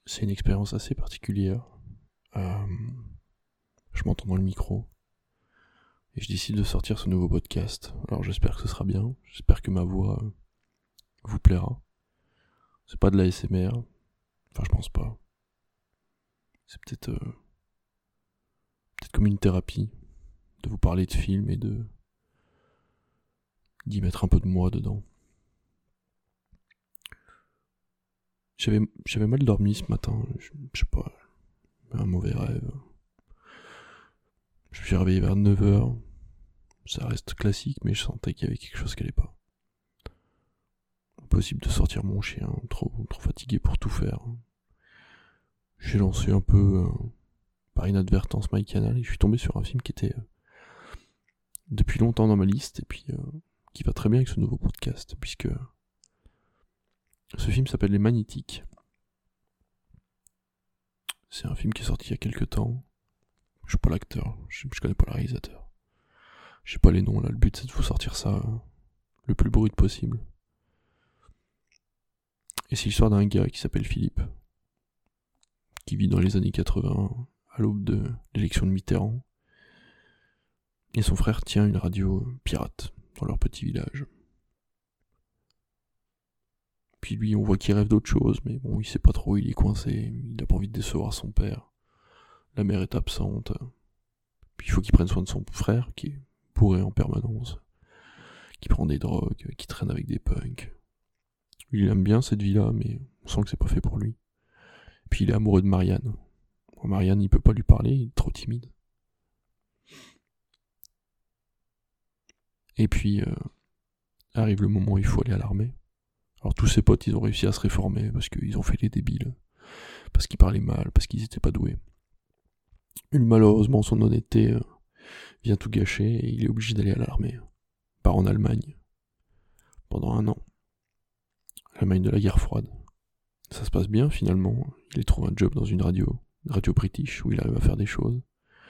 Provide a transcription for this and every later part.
C'est une expérience assez particulière. Je m'entends dans le micro et je décide de sortir ce nouveau podcast. Alors j'espère que ce sera bien, j'espère que ma voix vous plaira. C'est pas de la l'ASMR, enfin je pense pas. C'est peut-être comme une thérapie, de vous parler de films et d'y mettre un peu de moi dedans. J'avais mal dormi ce matin, je sais pas, un mauvais rêve. Je me suis réveillé vers 9h, ça reste classique mais je sentais qu'il y avait quelque chose qui allait pas. Impossible de sortir mon chien, trop fatigué pour tout faire. J'ai lancé un peu par inadvertance MyCanal et je suis tombé sur un film qui était depuis longtemps dans ma liste et puis qui va très bien avec ce nouveau podcast puisque ce film s'appelle Les Magnétiques. C'est un film qui est sorti il y a quelques temps. Je suis pas l'acteur, je connais pas le réalisateur. Je sais pas les noms là, le but c'est de vous sortir ça le plus brut possible. Et c'est l'histoire d'un gars qui s'appelle Philippe, qui vit dans les années 80, à l'aube de l'élection de Mitterrand. Et son frère tient une radio pirate dans leur petit village. Puis lui, on voit qu'il rêve d'autre chose, mais bon, il sait pas trop, il est coincé, il a pas envie de décevoir son père. La mère est absente. Puis il faut qu'il prenne soin de son frère, qui est bourré en permanence, qui prend des drogues, qui traîne avec des punks. Il aime bien cette vie-là, mais on sent que c'est pas fait pour lui. Puis il est amoureux de Marianne. Marianne, il peut pas lui parler, il est trop timide. Et puis, arrive le moment où il faut aller à l'armée. Alors tous ses potes, ils ont réussi à se réformer parce qu'ils ont fait les débiles, parce qu'ils parlaient mal, parce qu'ils étaient pas doués. Et malheureusement, son honnêteté vient tout gâcher et il est obligé d'aller à l'armée. Il part en Allemagne, pendant 1 an. L'Allemagne de la guerre froide. Ça se passe bien finalement, il trouve un job dans une radio british, où il arrive à faire des choses.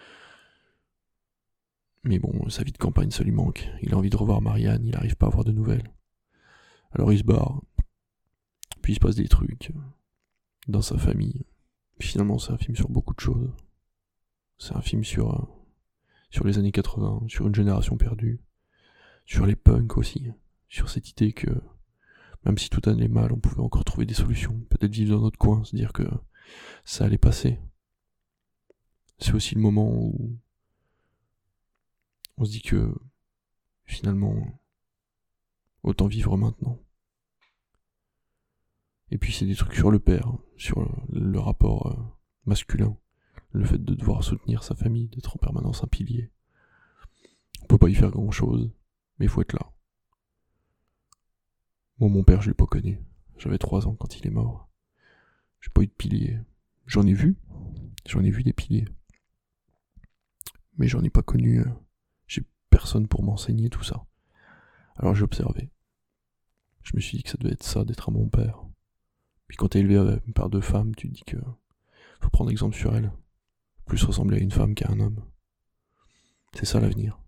Mais bon, sa vie de campagne, ça lui manque. Il a envie de revoir Marianne, il n'arrive pas à avoir de nouvelles. Alors il se barre. Puis il se passe des trucs dans sa famille. Puis finalement, c'est un film sur beaucoup de choses. C'est un film sur les années 80, sur une génération perdue, sur les punks aussi, sur cette idée que même si tout allait mal, on pouvait encore trouver des solutions, peut-être vivre dans notre coin, se dire que ça allait passer. C'est aussi le moment où on se dit que finalement, autant vivre maintenant. Et puis c'est des trucs sur le père, sur le rapport masculin, le fait de devoir soutenir sa famille, d'être en permanence un pilier. On peut pas y faire grand chose, mais il faut être là. Moi, mon père, je l'ai pas connu. J'avais 3 ans quand il est mort. J'ai pas eu de pilier. J'en ai vu des piliers. Mais j'en ai pas connu. J'ai personne pour m'enseigner tout ça. Alors j'ai observé. Je me suis dit que ça devait être ça, d'être à mon père. Puis quand t'es élevé par 2 femmes, tu te dis que faut prendre exemple sur elles. Plus ressembler à une femme qu'à un homme. C'est ça l'avenir.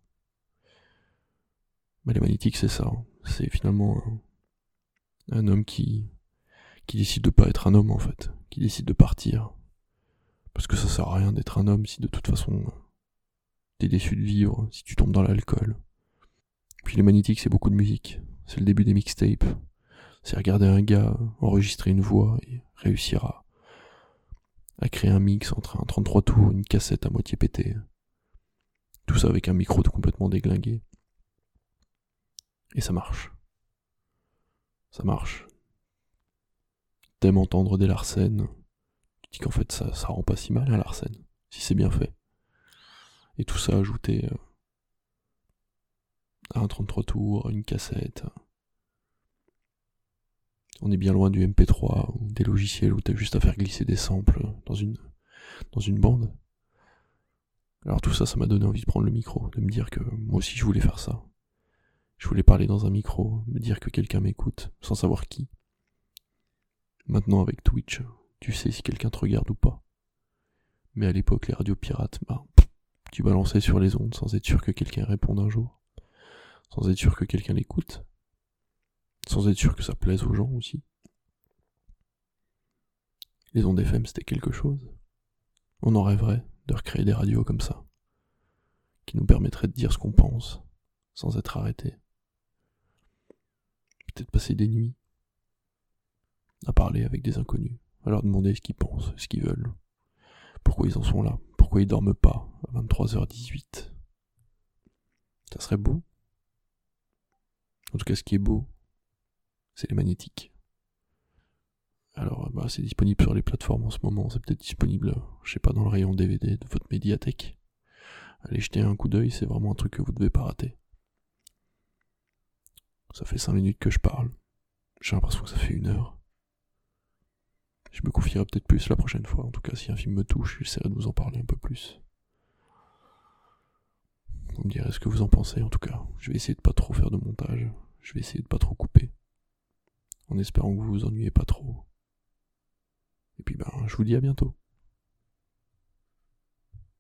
Mais les magnétiques, c'est ça. C'est finalement un homme qui décide de pas être un homme en fait, qui décide de partir. Parce que ça sert à rien d'être un homme si de toute façon t'es déçu de vivre, si tu tombes dans l'alcool. Puis les magnétiques, c'est beaucoup de musique. C'est le début des mixtapes. C'est regarder un gars enregistrer une voix et réussir à créer un mix entre un 33 tours, une cassette à moitié pétée. Tout ça avec un micro complètement déglingué. Et ça marche. Ça marche. T'aimes entendre des Larsen. Tu dis qu'en fait ça rend pas si mal un Larsen, si c'est bien fait. Et tout ça ajouté à un 33 tours, une cassette. On est bien loin du MP3 ou des logiciels où t'as juste à faire glisser des samples dans une bande. Alors tout ça, ça m'a donné envie de prendre le micro, de me dire que moi aussi je voulais faire ça. Je voulais parler dans un micro, me dire que quelqu'un m'écoute, sans savoir qui. Maintenant avec Twitch, tu sais si quelqu'un te regarde ou pas. Mais à l'époque, les radios pirates, tu balançais sur les ondes sans être sûr que quelqu'un réponde un jour. Sans être sûr que quelqu'un l'écoute. Sans être sûr que ça plaise aux gens aussi. Les ondes FM, c'était quelque chose. On en rêverait de recréer des radios comme ça, qui nous permettraient de dire ce qu'on pense, sans être arrêtés. Peut-être passer des nuits à parler avec des inconnus, à leur demander ce qu'ils pensent, ce qu'ils veulent, pourquoi ils en sont là, pourquoi ils dorment pas à 23h18. Ça serait beau. En tout cas, ce qui est beau, c'est les magnétiques. Alors, c'est disponible sur les plateformes en ce moment, c'est peut-être disponible, je sais pas, dans le rayon DVD de votre médiathèque. Allez jeter un coup d'œil, c'est vraiment un truc que vous devez pas rater. Ça fait 5 minutes que je parle. J'ai l'impression que ça fait 1 heure. Je me confierai peut-être plus la prochaine fois. En tout cas, si un film me touche, j'essaierai de vous en parler un peu plus. Vous me direz ce que vous en pensez, en tout cas. Je vais essayer de pas trop faire de montage. Je vais essayer de pas trop couper. En espérant que vous vous ennuyez pas trop. Et puis je vous dis à bientôt.